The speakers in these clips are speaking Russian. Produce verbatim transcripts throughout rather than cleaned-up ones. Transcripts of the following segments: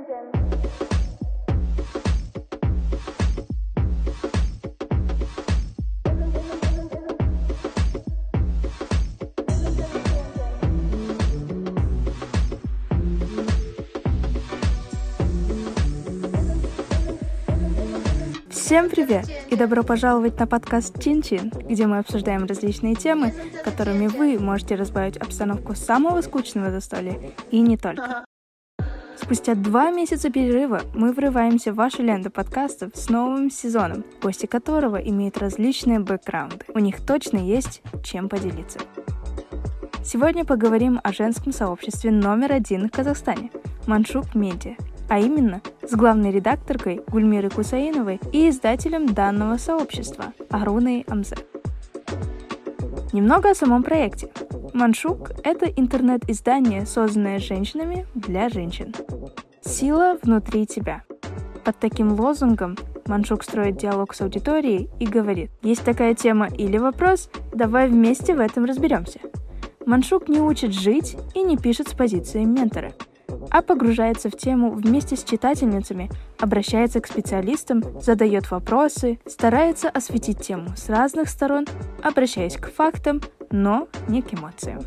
Всем привет и добро пожаловать на подкаст Чин-Чин, где мы обсуждаем различные темы, которыми вы можете разбавить обстановку самого скучного застолья и не только. Спустя два месяца перерыва мы врываемся в вашу ленту подкастов с новым сезоном, гости которого имеют различные бэкграунды. У них точно есть чем поделиться. Сегодня поговорим о женском сообществе номер один в Казахстане – Маншук Медиа. А именно, с главной редакторкой Гульмирой Кусаиновой и издателем данного сообщества Аруной Амзе. Немного о самом проекте. Маншук – это интернет-издание, созданное женщинами для женщин. Сила внутри тебя. Под таким лозунгом Маншук строит диалог с аудиторией и говорит: есть такая тема или вопрос, давай вместе в этом разберемся. Маншук не учит жить и не пишет с позиции ментора, а погружается в тему вместе с читательницами, обращается к специалистам, задает вопросы, старается осветить тему с разных сторон, обращаясь к фактам, но не к эмоциям.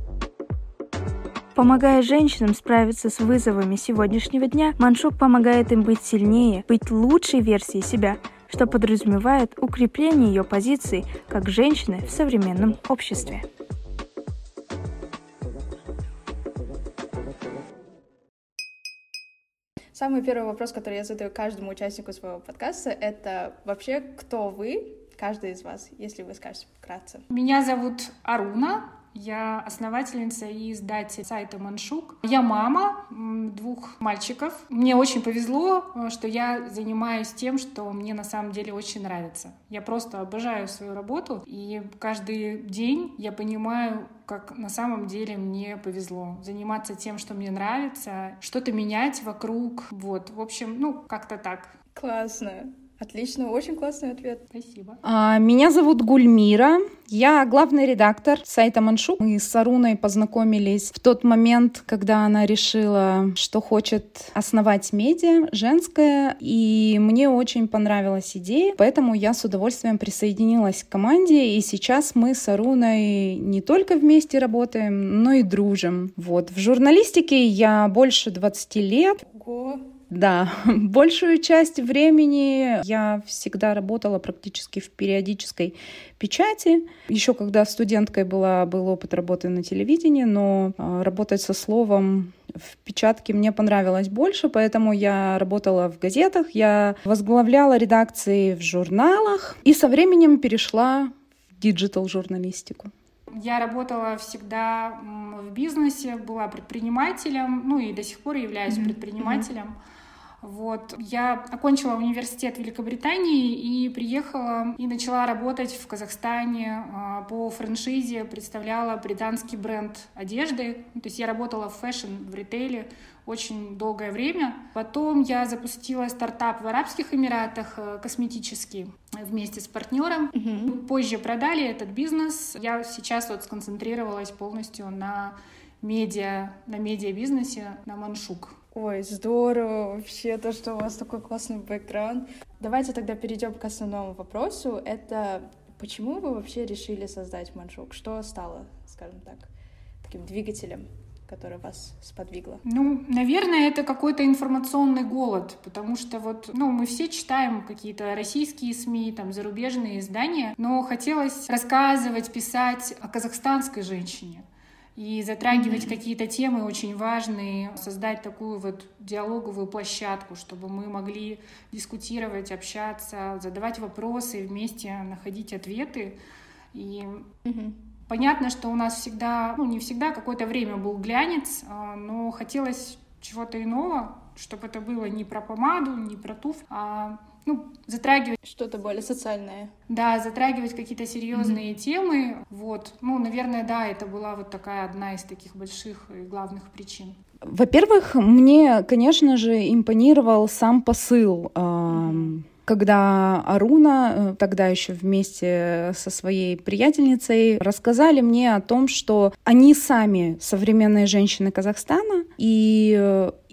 Помогая женщинам справиться с вызовами сегодняшнего дня, Маншук помогает им быть сильнее, быть лучшей версией себя, что подразумевает укрепление ее позиции как женщины в современном обществе. Самый первый вопрос, который я задаю каждому участнику своего подкаста, это вообще кто вы, каждый из вас, если вы скажете вкратце. Меня зовут Аруна, я основательница и издатель сайта Маншук. Я мама двух мальчиков. Мне очень повезло, что я занимаюсь тем, что мне на самом деле очень нравится. Я просто обожаю свою работу, и каждый день я понимаю, как на самом деле мне повезло заниматься тем, что мне нравится, что-то менять вокруг. Вот, в общем, ну, как-то так. Классно. Отлично, очень классный ответ. Спасибо. А, меня зовут Гульмира. Я главный редактор сайта Маншук. Мы с Аруной познакомились в тот момент, когда она решила, что хочет основать медиа женское, и мне очень понравилась идея, поэтому я с удовольствием присоединилась к команде, и сейчас мы с Аруной не только вместе работаем, но и дружим. Вот. В журналистике я больше двадцати лет. Ого! Да, большую часть времени я всегда работала практически в периодической печати. Еще когда студенткой была, был опыт работы на телевидении, но работать со словом в печатке мне понравилось больше, поэтому я работала в газетах, я возглавляла редакции в журналах и со временем перешла в диджитал-журналистику. Я работала всегда в бизнесе, была предпринимателем, ну и до сих пор являюсь mm-hmm. предпринимателем. Вот. Я окончила университет в Великобритании и приехала и начала работать в Казахстане по франшизе, представляла британский бренд одежды. То есть я работала в фэшн, в ритейле очень долгое время. Потом я запустила стартап в Арабских Эмиратах, косметический, вместе с партнером. Mm-hmm. Позже продали этот бизнес. Я сейчас вот сконцентрировалась полностью на медиа, на медиабизнесе, на Маншук. Ой, здорово вообще, то, что у вас такой классный бэкграунд. Давайте тогда перейдем к основному вопросу. Это почему вы вообще решили создать Маншук? Что стало, скажем так, таким двигателем, которое вас сподвигло? Ну, наверное, это какой-то информационный голод, потому что вот, ну, мы все читаем какие-то российские СМИ, там, зарубежные издания, но хотелось рассказывать, писать о казахстанской женщине и затрагивать mm-hmm. какие-то темы очень важные, создать такую вот диалоговую площадку, чтобы мы могли дискутировать, общаться, задавать вопросы, вместе находить ответы. И mm-hmm. понятно, что у нас всегда, ну не всегда, какое-то время был глянец, но хотелось чего-то иного, чтобы это было не про помаду, не про туф, а ну, затрагивать... Что-то более социальное. Да, затрагивать какие-то серьезные mm-hmm. темы. Вот. Ну, наверное, да, это была вот такая одна из таких больших и главных причин. Во-первых, мне, конечно же, импонировал сам посыл. Mm-hmm. Когда Аруна, тогда еще вместе со своей приятельницей, рассказали мне о том, что они сами современные женщины Казахстана, и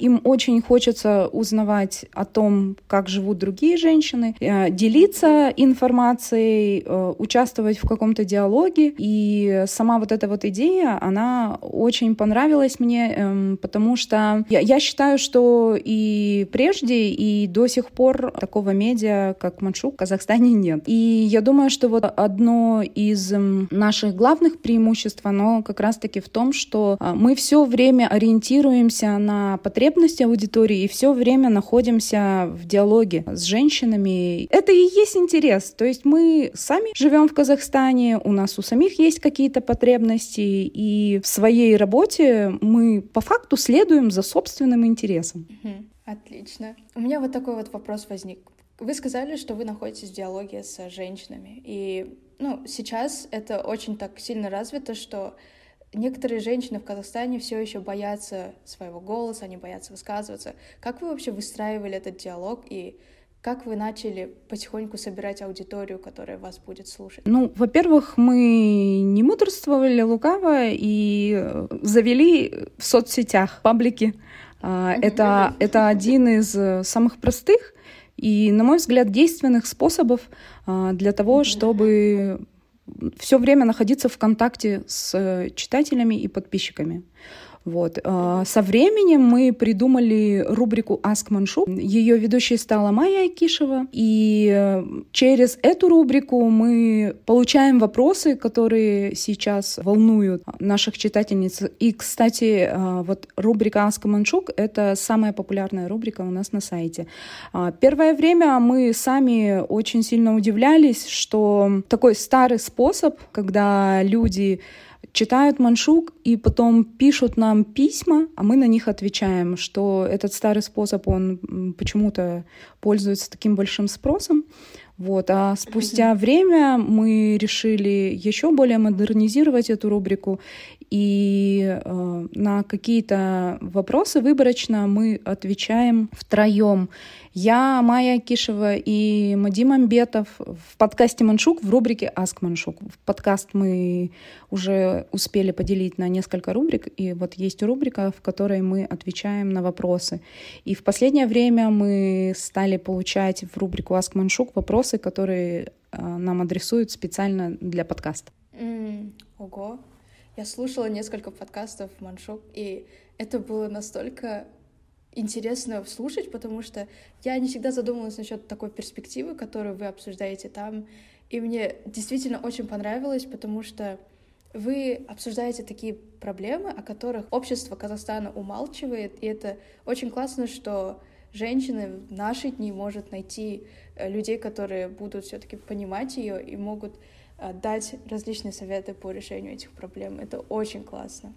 им очень хочется узнавать о том, как живут другие женщины, делиться информацией, участвовать в каком-то диалоге. И сама вот эта вот идея, она очень понравилась мне, потому что я, я считаю, что и прежде, и до сих пор такого медиа, как Маншук, в Казахстане нет. И я думаю, что вот одно из наших главных преимуществ, оно как раз-таки в том, что мы все время ориентируемся на потребности аудитории и все время находимся в диалоге с женщинами. Это и есть интерес. То есть мы сами живем в Казахстане, у нас у самих есть какие-то потребности, и в своей работе мы по факту следуем за собственным интересом. Отлично. У меня вот такой вот вопрос возник. Вы сказали, что вы находитесь в диалоге с женщинами, и ну, сейчас это очень так сильно развито, что некоторые женщины в Казахстане все еще боятся своего голоса, они боятся высказываться. Как вы вообще выстраивали этот диалог, и как вы начали потихоньку собирать аудиторию, которая вас будет слушать? Ну, во-первых, мы не мудрствовали лукаво и завели в соцсетях паблики. Это, это один из самых простых и, на мой взгляд, действенных способов для того, чтобы все время находиться в контакте с читателями и подписчиками. Вот. Со временем мы придумали рубрику «Ask Маншук». Ее ведущей стала Майя Акишева. И через эту рубрику мы получаем вопросы, которые сейчас волнуют наших читательниц. И, кстати, вот рубрика «Ask Маншук» — это самая популярная рубрика у нас на сайте. Первое время мы сами очень сильно удивлялись, что такой старый способ, когда люди читают Маншук и потом пишут нам письма, а мы на них отвечаем, что этот старый способ, он почему-то пользуется таким большим спросом. Вот. А спустя время мы решили еще более модернизировать эту рубрику, и э, на какие-то вопросы выборочно мы отвечаем втроем. Я, Майя Акишева и Мадим Амбетов в подкасте «Маншук» в рубрике «Ask Маншук». Подкаст мы уже успели поделить на несколько рубрик, и вот есть рубрика, в которой мы отвечаем на вопросы. И в последнее время мы стали получать в рубрику «Ask Маншук» вопросы, которые э, нам адресуют специально для подкаста. Mm, ого! Я слушала несколько подкастов Маншук, и это было настолько интересно слушать, потому что я не всегда задумывалась насчет такой перспективы, которую вы обсуждаете там, и мне действительно очень понравилось, потому что вы обсуждаете такие проблемы, о которых общество Казахстана умалчивает, и это очень классно, что женщина в наши дни может найти людей, которые будут все-таки понимать ее и могут дать различные советы по решению этих проблем. Это очень классно.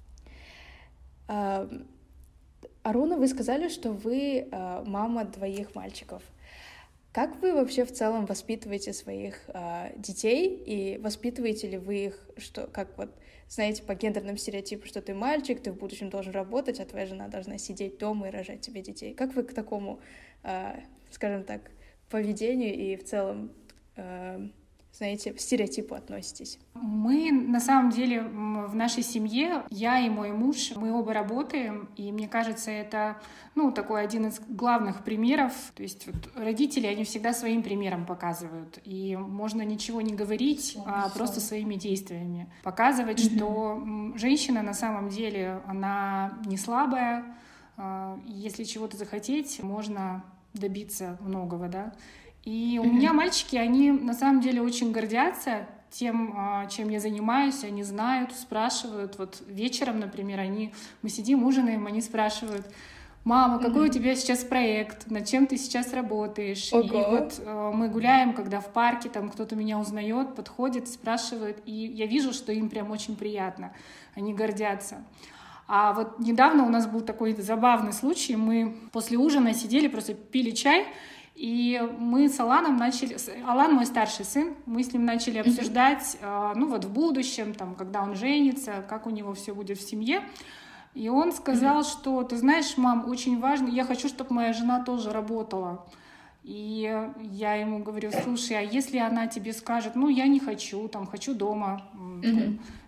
Аруна, вы сказали, что вы мама двоих мальчиков. Как вы вообще в целом воспитываете своих детей, и воспитываете ли вы их, что, как вот, знаете, по гендерным стереотипам, что ты мальчик, ты в будущем должен работать, а твоя жена должна сидеть дома и рожать тебе детей? Как вы к такому, скажем так, поведению и в целом, знаете, стереотипу относитесь? Мы, на самом деле, в нашей семье, я и мой муж, мы оба работаем, и мне кажется, это, ну, такой один из главных примеров. То есть вот родители, они всегда своим примером показывают, и можно ничего не говорить, все, а все. Просто своими действиями показывать, mm-hmm. что женщина на самом деле, она не слабая, если чего-то захотеть, можно добиться многого, да. И у mm-hmm. меня мальчики, они на самом деле очень гордятся тем, чем я занимаюсь, они знают, спрашивают. Вот вечером, например, они, мы сидим, ужинаем, они спрашивают: «Мама, какой mm-hmm. у тебя сейчас проект? Над чем ты сейчас работаешь?» Ого. И вот э, мы гуляем, когда в парке, там кто-то меня узнает, подходит, спрашивает, и я вижу, что им прям очень приятно, они гордятся. А вот недавно у нас был такой забавный случай, мы после ужина сидели, просто пили чай, и мы с Аланом начали... Алан мой старший сын, мы с ним начали обсуждать, э, ну вот в будущем, там, когда он женится, как у него все будет в семье. И он сказал, mm-hmm. что, ты знаешь, мам, очень важно, я хочу, чтобы моя жена тоже работала. И я ему говорю: слушай, а если она тебе скажет: ну, я не хочу, там, хочу дома, mm-hmm.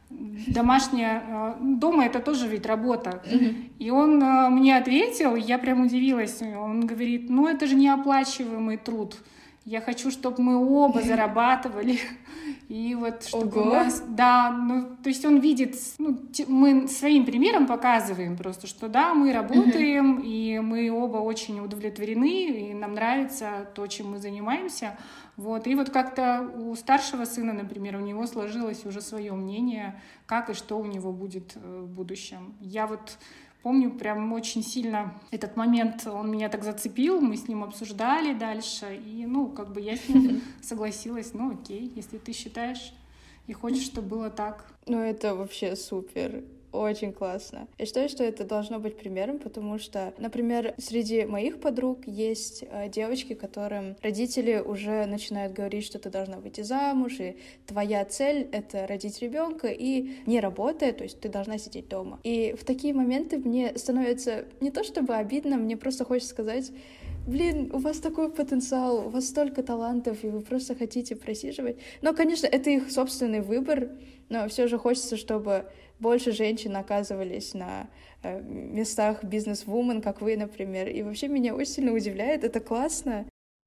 домашняя, дома это тоже ведь работа. Mm-hmm. И он мне ответил, я прям удивилась. Он говорит, ну это же неоплачиваемый труд. Я хочу, чтобы мы оба зарабатывали. И вот чтобы Ого. у нас... Да, ну, то есть он видит... Ну, мы своим примером показываем просто, что да, мы работаем, uh-huh. и мы оба очень удовлетворены, и нам нравится то, чем мы занимаемся. Вот. И вот как-то у старшего сына, например, у него сложилось уже свое мнение, как и что у него будет в будущем. Я вот... Помню, прям очень сильно этот момент, он меня так зацепил, мы с ним обсуждали дальше, и, ну, как бы я с ним согласилась, ну, окей, если ты считаешь и хочешь, чтобы было так. Ну, это вообще супер. Очень классно. Я считаю, что это должно быть примером, потому что, например, среди моих подруг есть э, девочки, которым родители уже начинают говорить, что ты должна выйти замуж, и твоя цель — это родить ребенка, и не работая, то есть ты должна сидеть дома. И в такие моменты мне становится не то чтобы обидно, мне просто хочется сказать: блин, у вас такой потенциал, у вас столько талантов, и вы просто хотите просиживать. Но, конечно, это их собственный выбор, но все же хочется, чтобы больше женщин оказывались на э, местах бизнес-вумен, как вы, например. И вообще меня очень сильно удивляет, это классно.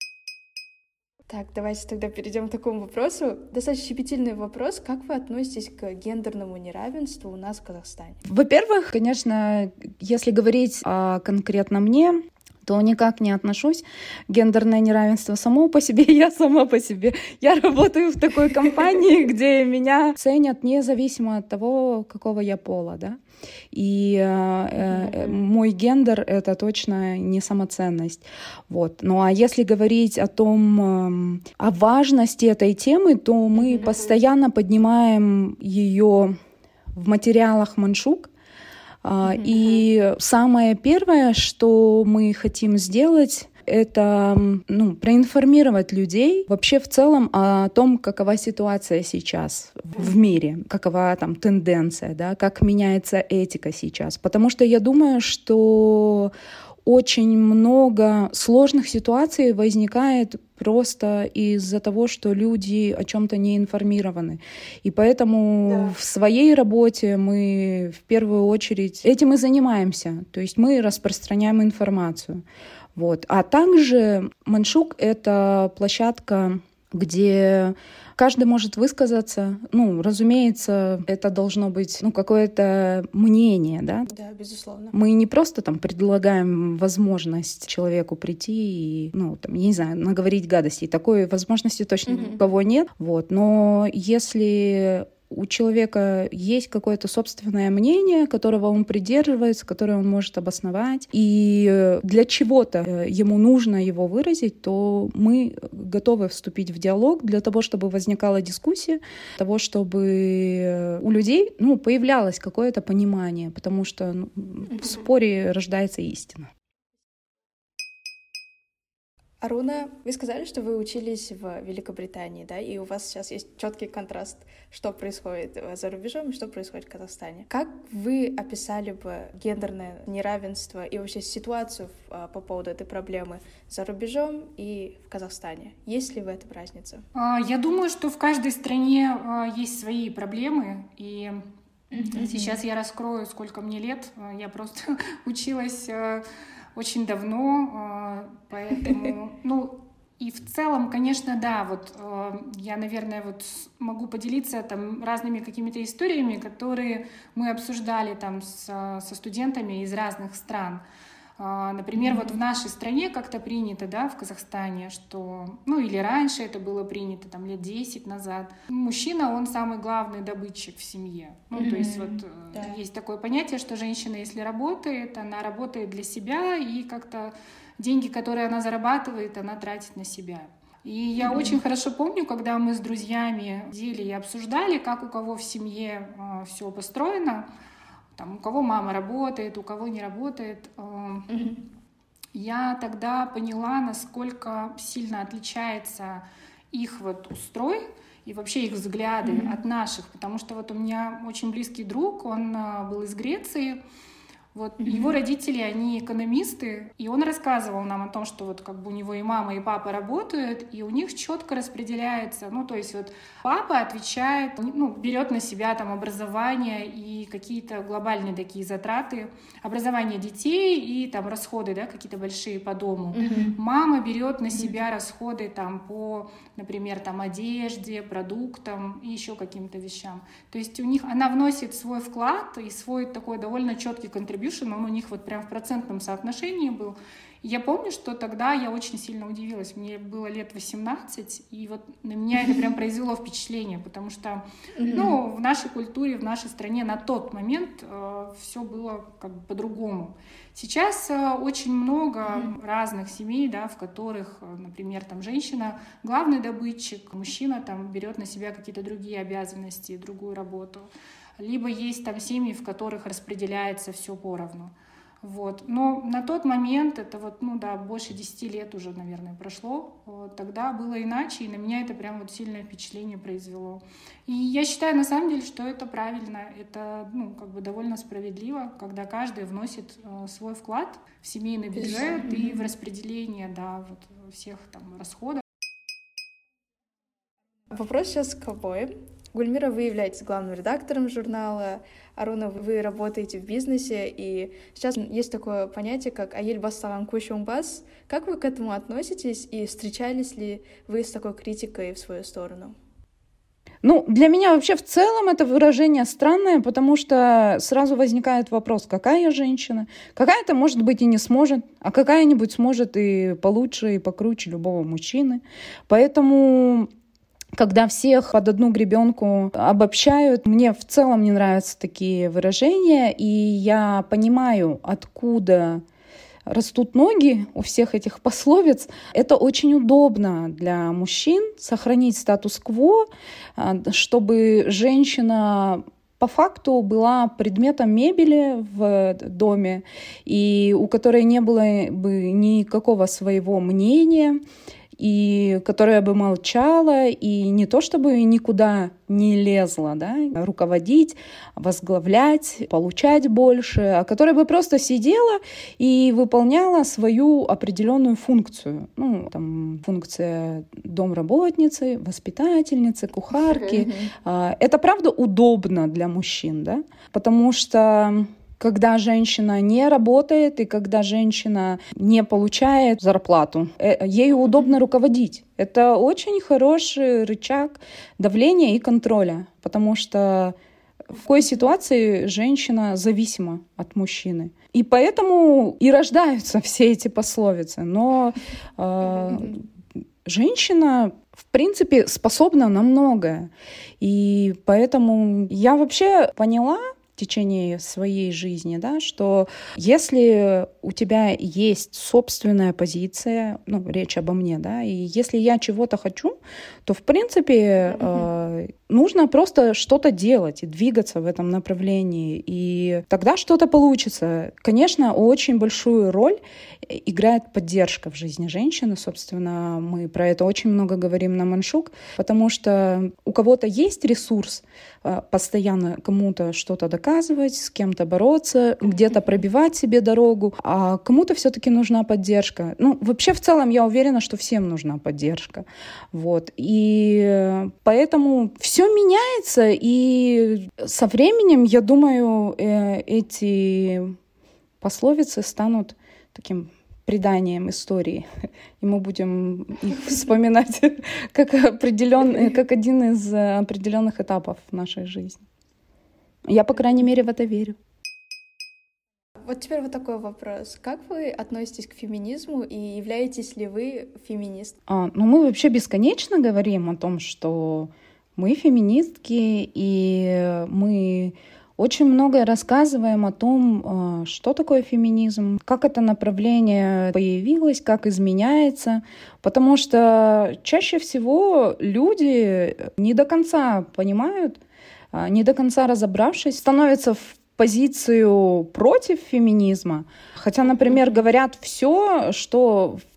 Так, давайте тогда перейдем к такому вопросу. Достаточно щепетильный вопрос. Как вы относитесь к гендерному неравенству у нас в Казахстане? Во-первых, конечно, если говорить о конкретно мне, то никак не отношусь. Гендерное неравенство само по себе, я сама по себе. Я работаю в такой компании, где меня ценят независимо от того, какого я пола, да. И э, э, мой гендер — это точно не самоценность. Вот. Ну а если говорить о том, э, о важности этой темы, то мы постоянно поднимаем ее в материалах Маншук. Mm-hmm. И самое первое, что мы хотим сделать, это ну, проинформировать людей вообще в целом о том, какова ситуация сейчас в мире, какова там тенденция, да, как меняется этика сейчас. Потому что я думаю, что очень много сложных ситуаций возникает просто из-за того, что люди о чем-то не информированы. И поэтому да. в своей работе мы в первую очередь этим и занимаемся. То есть мы распространяем информацию. Вот. А также Маншук — это площадка, где каждый может высказаться. Ну, разумеется, это должно быть ну, какое-то мнение, да? Да, безусловно. Мы не просто там предлагаем возможность человеку прийти и, ну, там, я не знаю, наговорить гадостей. Такой возможности точно mm-hmm. у кого нет. Вот. Но если у человека есть какое-то собственное мнение, которого он придерживается, которое он может обосновать, и для чего-то ему нужно его выразить, то мы готовы вступить в диалог для того, чтобы возникала дискуссия, для того, чтобы у людей ну, появлялось какое-то понимание, потому что ну, в споре рождается истина. Аруна, вы сказали, что вы учились в Великобритании, да, и у вас сейчас есть четкий контраст, что происходит за рубежом и что происходит в Казахстане. Как вы описали бы гендерное неравенство и вообще ситуацию по поводу этой проблемы за рубежом и в Казахстане? Есть ли в этом разница? Я думаю, что в каждой стране есть свои проблемы, и mm-hmm. сейчас я раскрою, сколько мне лет. Я просто училась очень давно, поэтому, ну, и в целом, конечно, да, вот я, наверное, вот могу поделиться там разными какими-то историями, которые мы обсуждали там с, со студентами из разных стран. Например, mm-hmm. вот в нашей стране как-то принято, да, в Казахстане, что, ну, или раньше это было принято, там, лет десять назад. Мужчина, он самый главный добытчик в семье. Ну, mm-hmm. то есть вот да. есть такое понятие, что женщина, если работает, она работает для себя, и как-то деньги, которые она зарабатывает, она тратит на себя. И я mm-hmm. очень хорошо помню, когда мы с друзьями сидели и обсуждали, как у кого в семье э, все построено, там, у кого мама работает, у кого не работает. Mm-hmm. Я тогда поняла, насколько сильно отличается их вот устрой и вообще их взгляды mm-hmm. от наших. Потому что вот у меня очень близкий друг, он был из Греции, Вот mm-hmm. его родители, они экономисты, и он рассказывал нам о том, что вот как бы у него и мама, и папа работают, и у них четко распределяется, ну, то есть вот папа отвечает, ну, берет на себя там образование и какие-то глобальные такие затраты, образование детей и там расходы, да, какие-то большие по дому. Mm-hmm. Мама берет на себя mm-hmm. расходы там по, например, там одежде, продуктам и еще каким-то вещам. То есть у них, она вносит свой вклад и свой такой довольно четкий контрибьюшн, он у них вот прям в процентном соотношении был. И я помню, что тогда я очень сильно удивилась. Мне было лет восемнадцать, и вот на меня это прям произвело впечатление, потому что ну, в нашей культуре, в нашей стране на тот момент э, все было как бы по-другому. Сейчас э, очень много разных семей, да, в которых, э, например, там женщина главный добытчик, мужчина там берет на себя какие-то другие обязанности, другую работу. Либо есть там семьи, в которых распределяется все поровну. Вот. Но на тот момент, это вот, ну да, больше десяти лет уже, наверное, прошло, вот, тогда было иначе, и на меня это прям вот сильное впечатление произвело. И я считаю, на самом деле, что это правильно, это, ну, как бы довольно справедливо, когда каждый вносит э, свой вклад в семейный бюджет mm-hmm. и в распределение, да, вот, всех там расходов. Вопрос сейчас к обоим. Гульмира, вы являетесь главным редактором журнала, Аруна, вы работаете в бизнесе, и сейчас есть такое понятие, как «Айель бастаган кушумбас». Как вы к этому относитесь, и встречались ли вы с такой критикой в свою сторону? Ну, для меня вообще в целом это выражение странное, потому что сразу возникает вопрос, какая женщина? Какая-то, может быть, и не сможет, а какая-нибудь сможет и получше, и покруче любого мужчины. Поэтому... Когда всех под одну гребенку обобщают, мне в целом не нравятся такие выражения, и я понимаю, откуда растут ноги у всех этих пословиц. Это очень удобно для мужчин сохранить статус-кво, чтобы женщина по факту была предметом мебели в доме, и у которой не было бы никакого своего мнения, и которая бы молчала, и не то чтобы никуда не лезла, да, руководить, возглавлять, получать больше, а которая бы просто сидела и выполняла свою определенную функцию. Ну, там, функция домработницы, воспитательницы, кухарки. Mm-hmm. Это, правда, удобно для мужчин, да, потому что когда женщина не работает и когда женщина не получает зарплату, ей удобно руководить. Это очень хороший рычаг давления и контроля, потому что в какой ситуации женщина зависима от мужчины. И поэтому и рождаются все эти пословицы. Но э, женщина, в принципе, способна на многое. И поэтому я вообще поняла, в течение своей жизни, да, что если у тебя есть собственная позиция, ну, речь обо мне, да, и если я чего-то хочу, то, в принципе, mm-hmm. э, нужно просто что-то делать и двигаться в этом направлении, и тогда что-то получится. Конечно, очень большую роль играет поддержка в жизни женщины, собственно, мы про это очень много говорим на Маншук, потому что у кого-то есть ресурс э, постоянно кому-то что-то доказывать, с кем-то бороться, где-то пробивать себе дорогу, а кому-то все-таки нужна поддержка. Ну, вообще, в целом, я уверена, что всем нужна поддержка. Вот. И поэтому все меняется, и со временем, я думаю, э, эти пословицы станут таким преданием истории, и мы будем их вспоминать как определенный, как один из определенных этапов нашей жизни. Я, по крайней мере, в это верю. Вот теперь вот такой вопрос. Как вы относитесь к феминизму и являетесь ли вы феминисткой? А, ну, мы вообще бесконечно говорим о том, что мы феминистки, и мы очень многое рассказываем о том, что такое феминизм, как это направление появилось, как изменяется, потому что чаще всего люди не до конца понимают, не до конца разобравшись, становятся в позицию против феминизма. Хотя, например, говорят все, что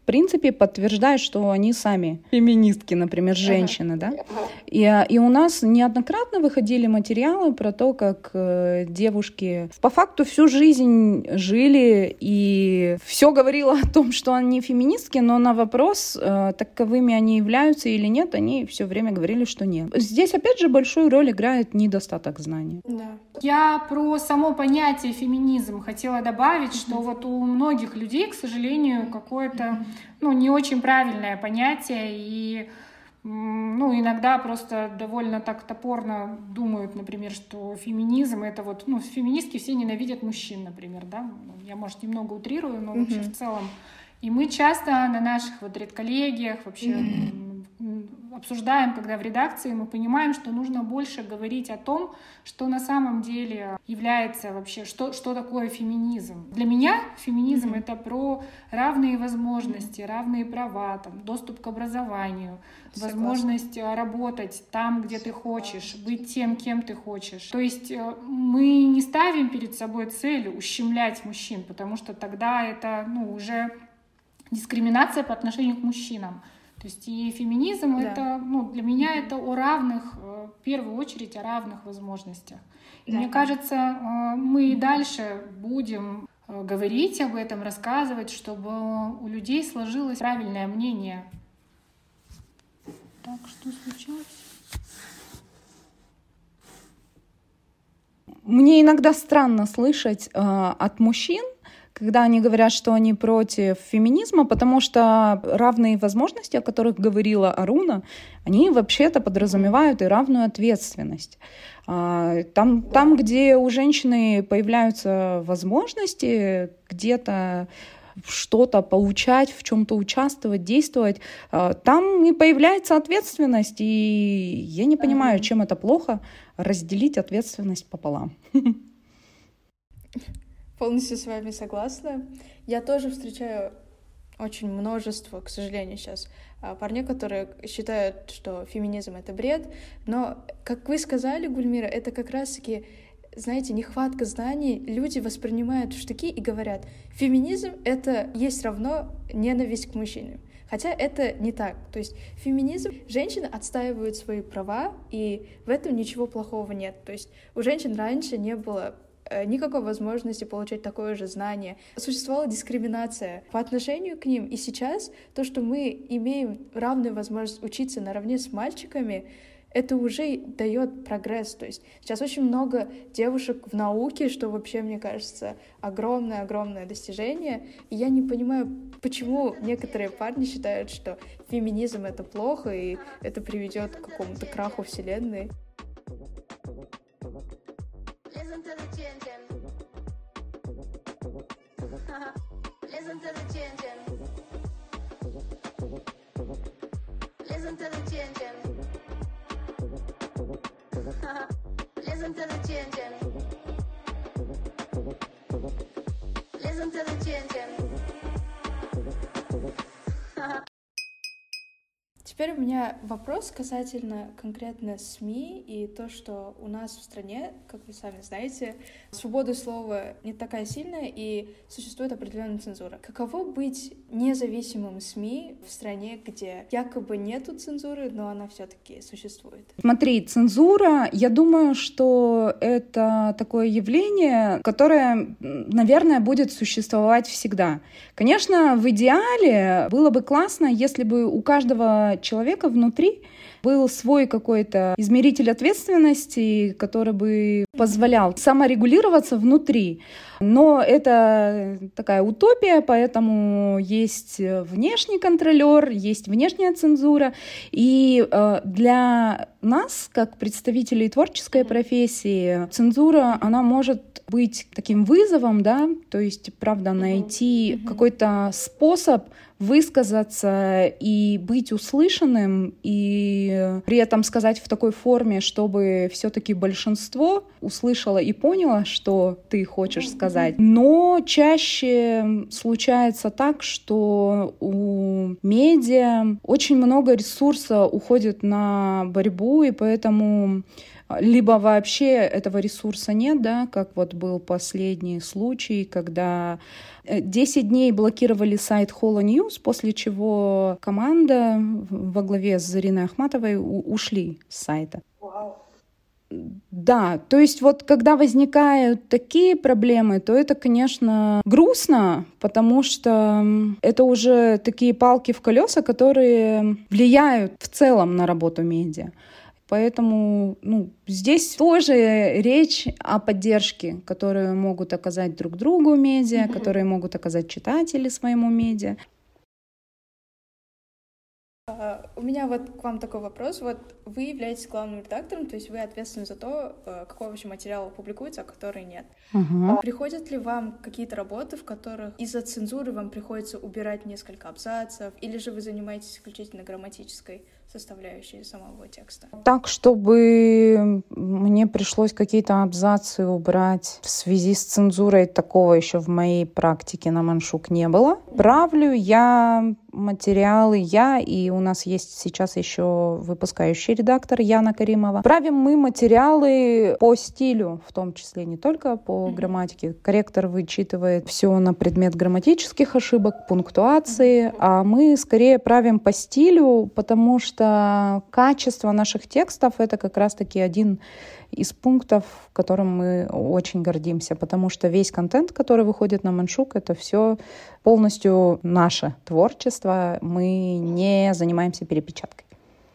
принципе подтверждают, что они сами феминистки, например, женщины, ага. да. И, и у нас неоднократно выходили материалы про то, как э, девушки по факту всю жизнь жили и все говорило о том, что они феминистки, но на вопрос, э, таковыми они являются или нет, они все время говорили, что нет. Здесь опять же большую роль играет недостаток знаний. Да. Я про само понятие феминизм хотела добавить, mm-hmm. что вот у многих людей, к сожалению, какое-то mm-hmm. ну, не очень правильное понятие, и ну, иногда просто довольно так топорно думают, например, что феминизм — это вот, ну, феминистки все ненавидят мужчин, например, да, я, может, немного утрирую, но mm-hmm. вообще в целом. И мы часто на наших вот редколлегиях вообще mm-hmm. обсуждаем, когда в редакции мы понимаем, что нужно больше говорить о том, что на самом деле является вообще, что, что такое феминизм. Для меня феминизм mm-hmm. — это про равные возможности, mm-hmm. равные права, там, доступ к образованию, Согласна. Возможность работать там, где ты хочешь, быть тем, кем ты хочешь. То есть мы не ставим перед собой цель ущемлять мужчин, потому что тогда это ну, уже дискриминация по отношению к мужчинам. То есть и феминизм да. это, ну, для меня это о равных, в первую очередь о равных возможностях. И да. мне кажется, мы и дальше будем говорить об этом, рассказывать, чтобы у людей сложилось правильное мнение. Так, что случилось? Мне иногда странно слышать э, от мужчин, когда они говорят, что они против феминизма, потому что равные возможности, о которых говорила Аруна, они вообще-то подразумевают и равную ответственность. Там, там, где у женщины появляются возможности где-то что-то получать, в чем-то участвовать, действовать, там и появляется ответственность. И я не понимаю, чем это плохо разделить ответственность пополам. Полностью с вами согласна. Я тоже встречаю очень множество, к сожалению, сейчас парней, которые считают, что феминизм — это бред. Но, как вы сказали, Гульмира, это как раз-таки, знаете, нехватка знаний. Люди воспринимают в штыки и говорят, феминизм — это есть равно ненависть к мужчинам. Хотя это не так. То есть феминизм, женщины отстаивают свои права, и в этом ничего плохого нет. То есть у женщин раньше не было никакой возможности получать такое же знание. Существовала дискриминация по отношению к ним. И сейчас то, что мы имеем равную возможность учиться наравне с мальчиками, это уже дает прогресс. То есть сейчас очень много девушек в науке, что вообще, мне кажется, огромное-огромное достижение. И я не понимаю, почему некоторые парни считают, что феминизм — это плохо, и это приведет к какому-то краху вселенной. Listen to the chin chin. Listen to the chin chin. Listen to the chin chin. Listen to the chin chin. Listen to the chin chin. Теперь у меня вопрос касательно конкретно СМИ и то, что у нас в стране, как вы сами знаете, свобода слова не такая сильная и существует определенная цензура. Каково быть независимым СМИ в стране, где якобы нету цензуры, но она все-таки существует? Смотри, цензура, я думаю, что это такое явление, которое, наверное, будет существовать всегда. Конечно, в идеале было бы классно, если бы у каждого человека внутри был свой какой-то измеритель ответственности, который бы позволял саморегулироваться внутри. Но это такая утопия, поэтому есть внешний контролер, есть внешняя цензура. И э, для нас, как представителей творческой профессии, цензура, она может быть таким вызовом, да, то есть, правда, найти mm-hmm. какой-то способ высказаться и быть услышанным, и при этом сказать в такой форме, чтобы все-таки большинство услышало и поняло, что ты хочешь сказать. Но чаще случается так, что у медиа очень много ресурса уходит на борьбу, и поэтому либо вообще этого ресурса нет, да, как вот был последний случай, когда десять дней блокировали сайт Холо Ньюс, после чего команда во главе с Зариной Ахматовой ушли с сайта. Вау. Да, то есть вот когда возникают такие проблемы, то это, конечно, грустно, потому что это уже такие палки в колеса, которые влияют в целом на работу медиа. Поэтому ну, здесь тоже речь о поддержке, которую могут оказать друг другу медиа, mm-hmm. которые могут оказать читатели своему медиа. Uh, у меня вот к вам такой вопрос. Вот вы являетесь главным редактором, то есть вы ответственны за то, какой вообще материал публикуется, а который нет. Uh-huh. Приходят ли вам какие-то работы, в которых из-за цензуры вам приходится убирать несколько абзацев, или же вы занимаетесь исключительно грамматической составляющей самого текста? Так, чтобы мне пришлось какие-то абзацы убрать в связи с цензурой, такого еще в моей практике на Маншук не было. Правлю я материалы, я, и у нас есть сейчас еще выпускающий редактор Яна Каримова. Правим мы материалы по стилю, в том числе не только по грамматике. Корректор вычитывает все на предмет грамматических ошибок, пунктуации, а мы скорее правим по стилю, потому что качество наших текстов — это как раз-таки один из пунктов, которым мы очень гордимся, потому что весь контент, который выходит на Маншук, это все полностью наше творчество. Мы не занимаемся перепечаткой.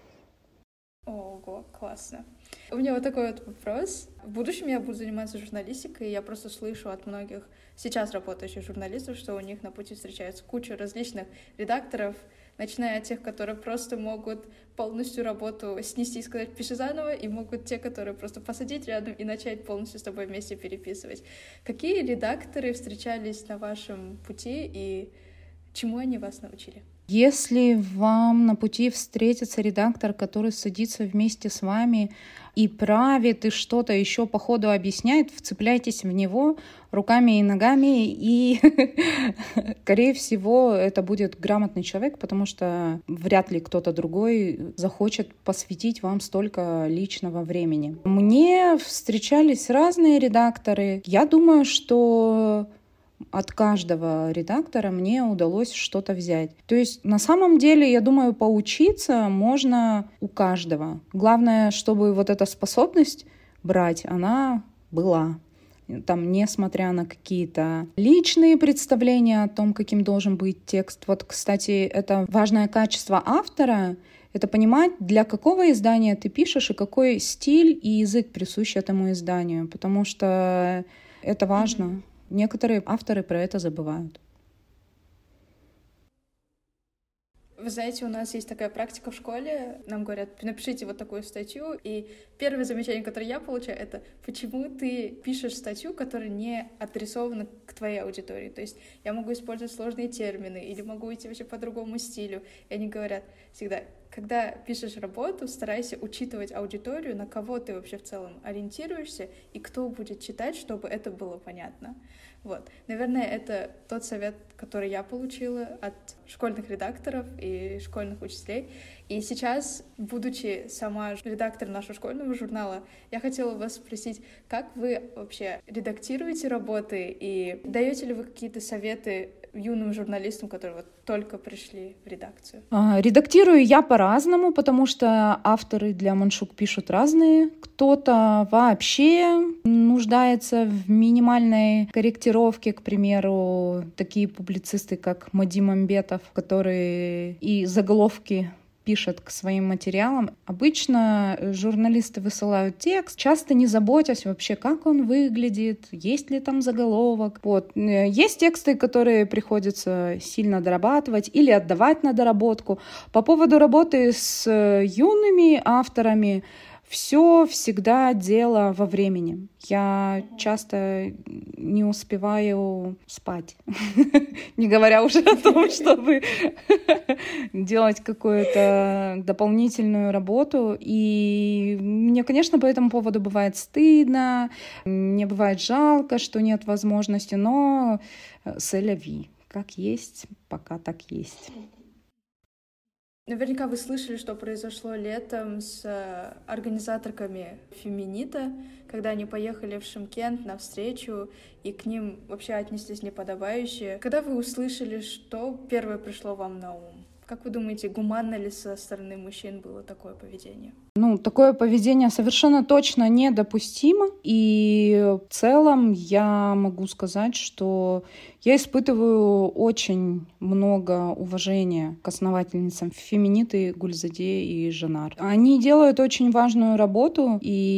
Ого, классно. У меня вот такой вот вопрос. В будущем я буду заниматься журналистикой, и я просто слышу от многих сейчас работающих журналистов, что у них на пути встречается куча различных редакторов, начиная от тех, которые просто могут полностью работу снести и сказать «пиши заново», и могут те, которые просто посадить рядом и начать полностью с тобой вместе переписывать. Какие редакторы встречались на вашем пути и чему они вас научили? Если вам на пути встретится редактор, который садится вместе с вами и правит, и что-то еще по ходу объясняет, вцепляйтесь в него руками и ногами, и, скорее всего, это будет грамотный человек, потому что вряд ли кто-то другой захочет посвятить вам столько личного времени. Мне встречались разные редакторы. Я думаю, что от каждого редактора мне удалось что-то взять. То есть на самом деле, я думаю, поучиться можно у каждого. Главное, чтобы вот эта способность брать, она была. Там, несмотря на какие-то личные представления о том, каким должен быть текст. Вот, кстати, это важное качество автора — это понимать, для какого издания ты пишешь и какой стиль и язык присущ этому изданию, потому что это важно. Некоторые авторы про это забывают. Вы знаете, у нас есть такая практика в школе. Нам говорят, напишите вот такую статью. И первое замечание, которое я получаю, это почему ты пишешь статью, которая не адресована к твоей аудитории. То есть я могу использовать сложные термины или могу идти вообще по другому стилю. И они говорят всегда, когда пишешь работу, старайся учитывать аудиторию, на кого ты вообще в целом ориентируешься и кто будет читать, чтобы это было понятно. Вот. Наверное, это тот совет, который я получила от школьных редакторов и школьных учителей. И сейчас, будучи сама редактором нашего школьного журнала, я хотела вас спросить, как вы вообще редактируете работы и даете ли вы какие-то советы юным журналистам, которые вот только пришли в редакцию? Редактирую я по-разному, потому что авторы для Маншук пишут разные. Кто-то вообще нуждается в минимальной корректировке, к примеру, такие публицисты, как Мади Мамбетов, которые и заголовки пишет к своим материалам. Обычно журналисты высылают текст, часто не заботясь вообще, как он выглядит, есть ли там заголовок. Вот. Есть тексты, которые приходится сильно дорабатывать или отдавать на доработку. По поводу работы с юными авторами, все всегда дело во времени. Я часто не успеваю спать, не говоря уже о том, чтобы делать какую-то дополнительную работу. И мне, конечно, по этому поводу бывает стыдно, мне бывает жалко, что нет возможности, но c'est la vie. Как есть, пока так есть. Наверняка вы слышали, что произошло летом с организаторками Феминита, когда они поехали в Шымкент на встречу, и к ним вообще отнеслись неподобающе. Когда вы услышали, что первое пришло вам на ум? Как вы думаете, гуманно ли со стороны мужчин было такое поведение? Ну, такое поведение совершенно точно недопустимо. И в целом я могу сказать, что я испытываю очень много уважения к основательницам Феминиты, Гульзаде и Жанар. Они делают очень важную работу,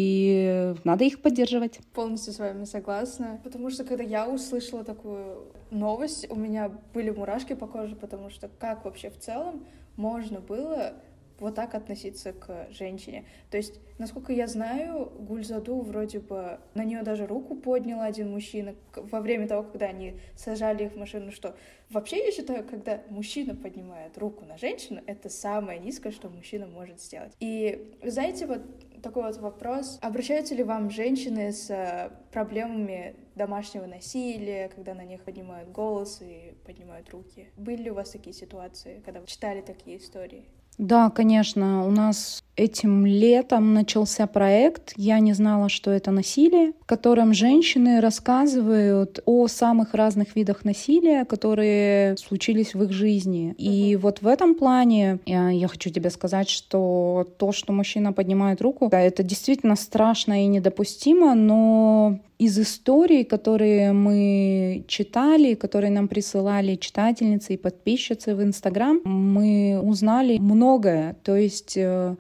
и надо их поддерживать. Полностью с вами согласна. Потому что когда я услышала такую новость, у меня были мурашки по коже, потому что как вообще в целом можно было вот так относиться к женщине. То есть, насколько я знаю, Гульзаду вроде бы на нее даже руку поднял один мужчина во время того, когда они сажали их в машину, что вообще я считаю, когда мужчина поднимает руку на женщину, это самое низкое, что мужчина может сделать. И знаете, вот такой вот вопрос. Обращаются ли вам женщины с проблемами домашнего насилия, когда на них поднимают голос и поднимают руки? Были ли у вас такие ситуации, когда вы читали такие истории? Да, конечно. У нас этим летом начался проект «Я не знала, что это насилие», в котором женщины рассказывают о самых разных видах насилия, которые случились в их жизни. И вот в этом плане я, я хочу тебе сказать, что то, что мужчина поднимает руку, да, это действительно страшно и недопустимо, но из историй, которые мы читали, которые нам присылали читательницы и подписчицы в Инстаграм, мы узнали многое. То есть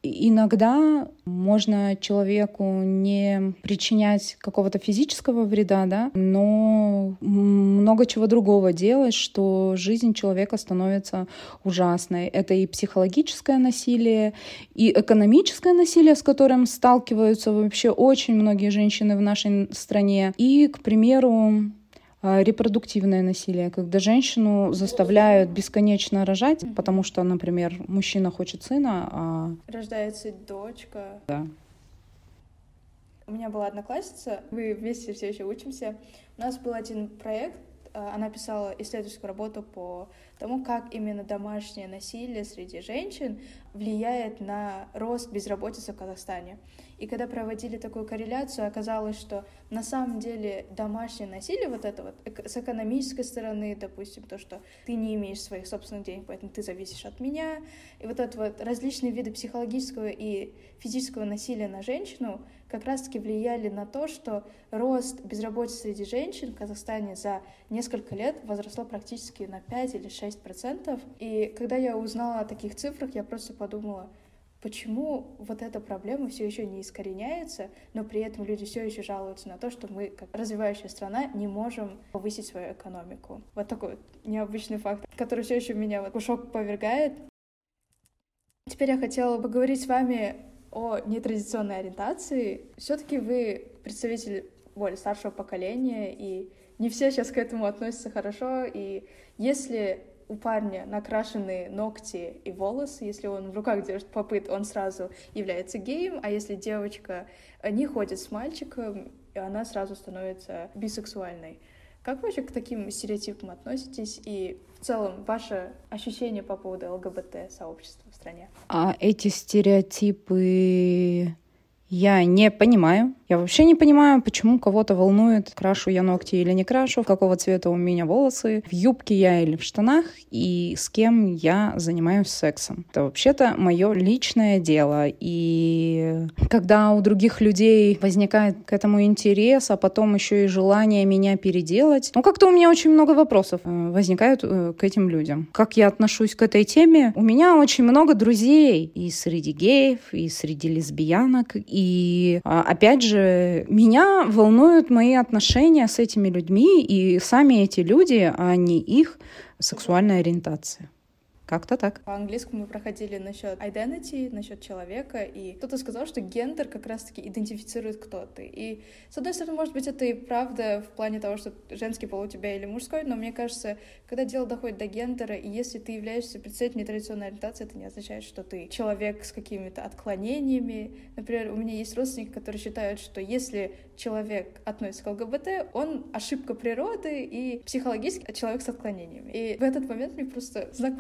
иногда можно человеку не причинять какого-то физического вреда, да, но много чего другого делать, что жизнь человека становится ужасной. Это и психологическое насилие, и экономическое насилие, с которым сталкиваются вообще очень многие женщины в нашей стране. И, к примеру, репродуктивное насилие, когда женщину заставляют бесконечно рожать, mm-hmm. потому что, например, мужчина хочет сына, а... рождается дочка. Да. У меня была одноклассница, мы вместе все еще учимся. У нас был один проект, она писала исследовательскую работу по тому, как именно домашнее насилие среди женщин влияет на рост безработицы в Казахстане. И когда проводили такую корреляцию, оказалось, что на самом деле домашнее насилие, вот это вот с экономической стороны, допустим, то, что ты не имеешь своих собственных денег, поэтому ты зависишь от меня, и вот это вот различные виды психологического и физического насилия на женщину как раз-таки влияли на то, что рост безработицы среди женщин в Казахстане за несколько лет возросло практически на пять или шесть процентов. И когда я узнала о таких цифрах, я просто подумала, почему вот эта проблема все еще не искореняется, но при этом люди все еще жалуются на то, что мы, как развивающая страна, не можем повысить свою экономику. Вот такой вот необычный факт, который все еще меня вот в шок повергает. Теперь я хотела поговорить с вами о нетрадиционной ориентации. Все-таки вы представитель более старшего поколения, и не все сейчас к этому относятся хорошо. И если у парня накрашены ногти и волосы, если он в руках держит попыт, он сразу является геем, а если девочка не ходит с мальчиком, она сразу становится бисексуальной. Как вы вообще к таким стереотипам относитесь и в целом ваше ощущение по поводу ЛГБТ-сообщества в стране? А эти стереотипы я не понимаю. Я вообще не понимаю, почему кого-то волнует, крашу я ногти или не крашу, какого цвета у меня волосы, в юбке я или в штанах, и с кем я занимаюсь сексом. Это вообще-то мое личное дело. И когда у других людей возникает к этому интерес, а потом еще и желание меня переделать, ну как-то у меня очень много вопросов возникают к этим людям. Как я отношусь к этой теме? У меня очень много друзей и среди геев, и среди лесбиянок, и опять же, меня волнуют мои отношения с этими людьми и сами эти люди, а не их сексуальная ориентация. Как-то так. По-английски мы проходили насчет identity, насчет человека, и кто-то сказал, что гендер как раз-таки идентифицирует, кто ты. И, с одной стороны, может быть, это и правда в плане того, что женский пол у тебя или мужской, но мне кажется, когда дело доходит до гендера, и если ты являешься представителем нетрадиционной ориентации, это не означает, что ты человек с какими-то отклонениями. Например, у меня есть родственники, которые считают, что если человек относится к ЛГБТ, он ошибка природы и психологически человек с отклонениями. И в этот момент мне просто знак вопроса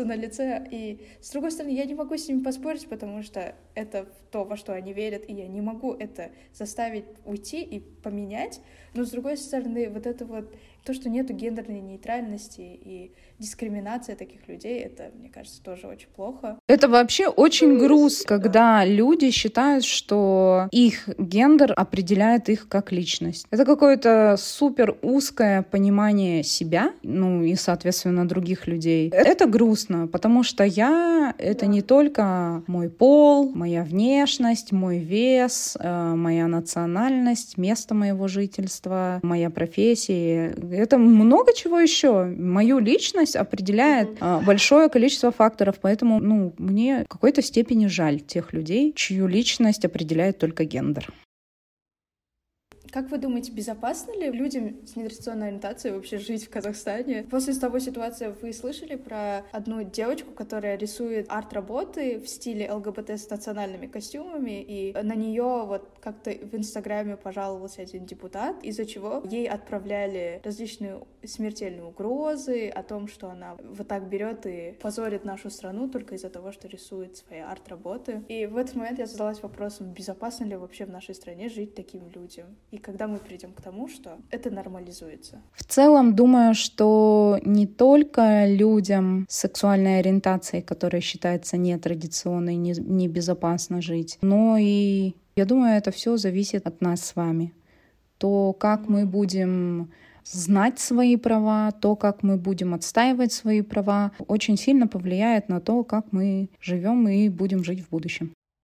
на лице. И, с другой стороны, я не могу с ними поспорить, потому что это то, во что они верят, и я не могу это заставить уйти и поменять. Но, с другой стороны, вот это вот то, что нету гендерной нейтральности и дискриминация таких людей, это, мне кажется, тоже очень плохо. Это вообще очень грустно, когда люди считают, что их гендер определяет их как личность. Это какое-то супер узкое понимание себя, ну и, соответственно, других людей. Это грустно, потому что я — это не только мой пол, моя внешность, мой вес, моя национальность, место моего жительства, моя профессия. Это много чего еще. Мою личность определяет mm-hmm. большое количество факторов, поэтому, ну, мне в какой-то степени жаль тех людей, чью личность определяет только гендер. Как вы думаете, безопасно ли людям с нетрадиционной ориентацией вообще жить в Казахстане? После того ситуации вы слышали про одну девочку, которая рисует арт-работы в стиле ЛГБТ с национальными костюмами, и на нее вот как-то в Инстаграме пожаловался один депутат, из-за чего ей отправляли различные смертельные угрозы о том, что она вот так берет и позорит нашу страну только из-за того, что рисует свои арт-работы. И в этот момент я задалась вопросом, безопасно ли вообще в нашей стране жить таким людям? И когда мы придем к тому, что это нормализуется? В целом, думаю, что не только людям с сексуальной ориентацией, которая считается нетрадиционной, не, небезопасно жить, но и, я думаю, это все зависит от нас с вами. То, как мы будем знать свои права, то, как мы будем отстаивать свои права, очень сильно повлияет на то, как мы живем и будем жить в будущем.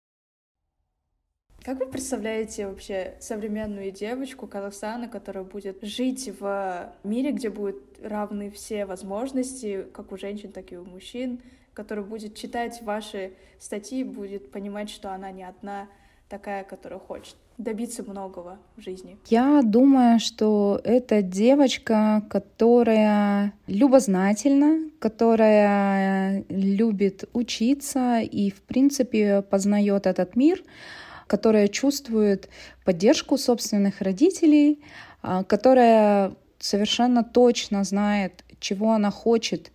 Как вы представляете вообще современную девочку Казахстана, которая будет жить в мире, где будут равны все возможности, как у женщин, так и у мужчин, которая будет читать ваши статьи, будет понимать, что она не одна такая, которая хочет добиться многого в жизни? Я думаю, что это девочка, которая любознательна, которая любит учиться и, в принципе, познает этот мир, которая чувствует поддержку собственных родителей, которая совершенно точно знает, чего она хочет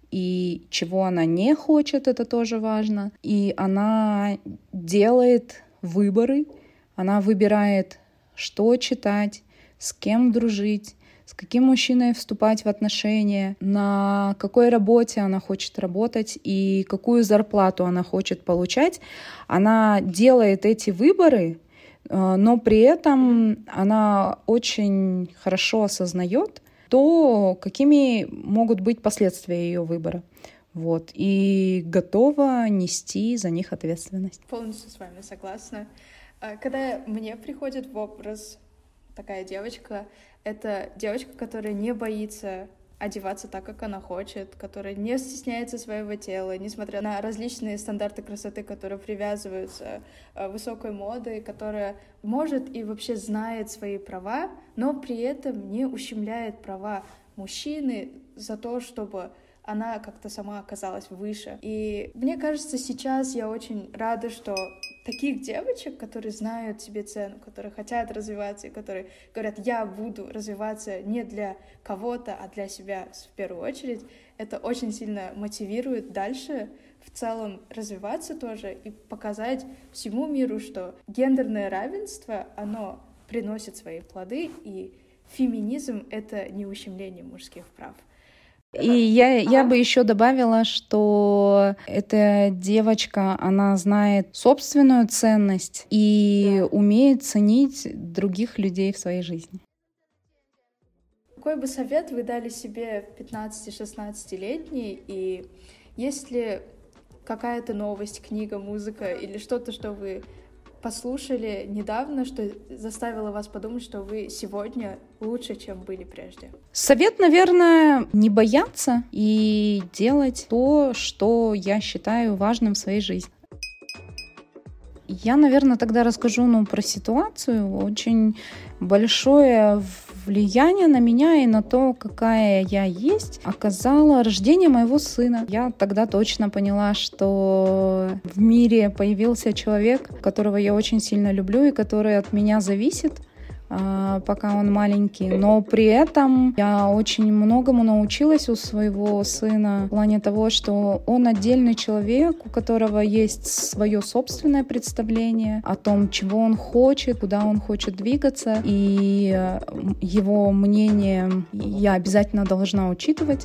и чего она не хочет, это тоже важно. И она делает выборы, она выбирает, что читать, с кем дружить, с каким мужчиной вступать в отношения, на какой работе она хочет работать и какую зарплату она хочет получать. Она делает эти выборы, но при этом она очень хорошо осознает то, какими могут быть последствия ее выбора. Вот, и готова нести за них ответственность. Полностью с вами согласна. Когда мне приходит в образ такая девочка, это девочка, которая не боится одеваться так, как она хочет, которая не стесняется своего тела, несмотря на различные стандарты красоты, которые привязываются высокой модой, которая может и вообще знает свои права, но при этом не ущемляет права мужчины за то, чтобы она как-то сама оказалась выше. И мне кажется, сейчас я очень рада, что таких девочек, которые знают себе цену, которые хотят развиваться, и которые говорят, я буду развиваться не для кого-то, а для себя в первую очередь, это очень сильно мотивирует дальше в целом развиваться тоже и показать всему миру, что гендерное равенство, оно приносит свои плоды, и феминизм — это не ущемление мужских прав. И я, я бы еще добавила, что эта девочка, она знает собственную ценность и да. умеет ценить других людей в своей жизни. Какой бы совет вы дали себе пятнадцати-шестнадцатилетней, и есть ли какая-то новость, книга, музыка или что-то, что вы послушали недавно, что заставило вас подумать, что вы сегодня лучше, чем были прежде? Совет, наверное, не бояться и делать то, что я считаю важным в своей жизни. Я, наверное, тогда расскажу ну, про ситуацию. Очень большое влияние на меня и на то, какая я есть, оказало рождение моего сына. Я тогда точно поняла, что в мире появился человек, которого я очень сильно люблю и который от меня зависит, пока он маленький. Но при этом я очень многому научилась у своего сына в плане того, что он отдельный человек, у которого есть свое собственное представление о том, чего он хочет, куда он хочет двигаться, и его мнение я обязательно должна учитывать.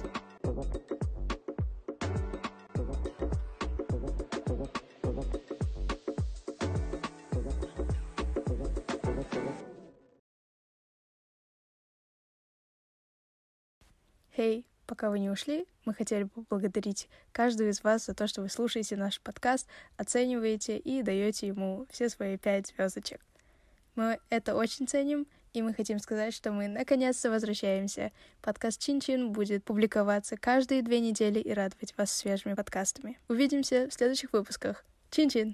Hey, пока вы не ушли, мы хотели бы поблагодарить каждую из вас за то, что вы слушаете наш подкаст, оцениваете и даете ему все свои пять звездочек. Мы это очень ценим, и мы хотим сказать, что мы наконец-то возвращаемся. Подкаст Чин-Чин будет публиковаться каждые две недели и радовать вас свежими подкастами. Увидимся в следующих выпусках. Чин-Чин!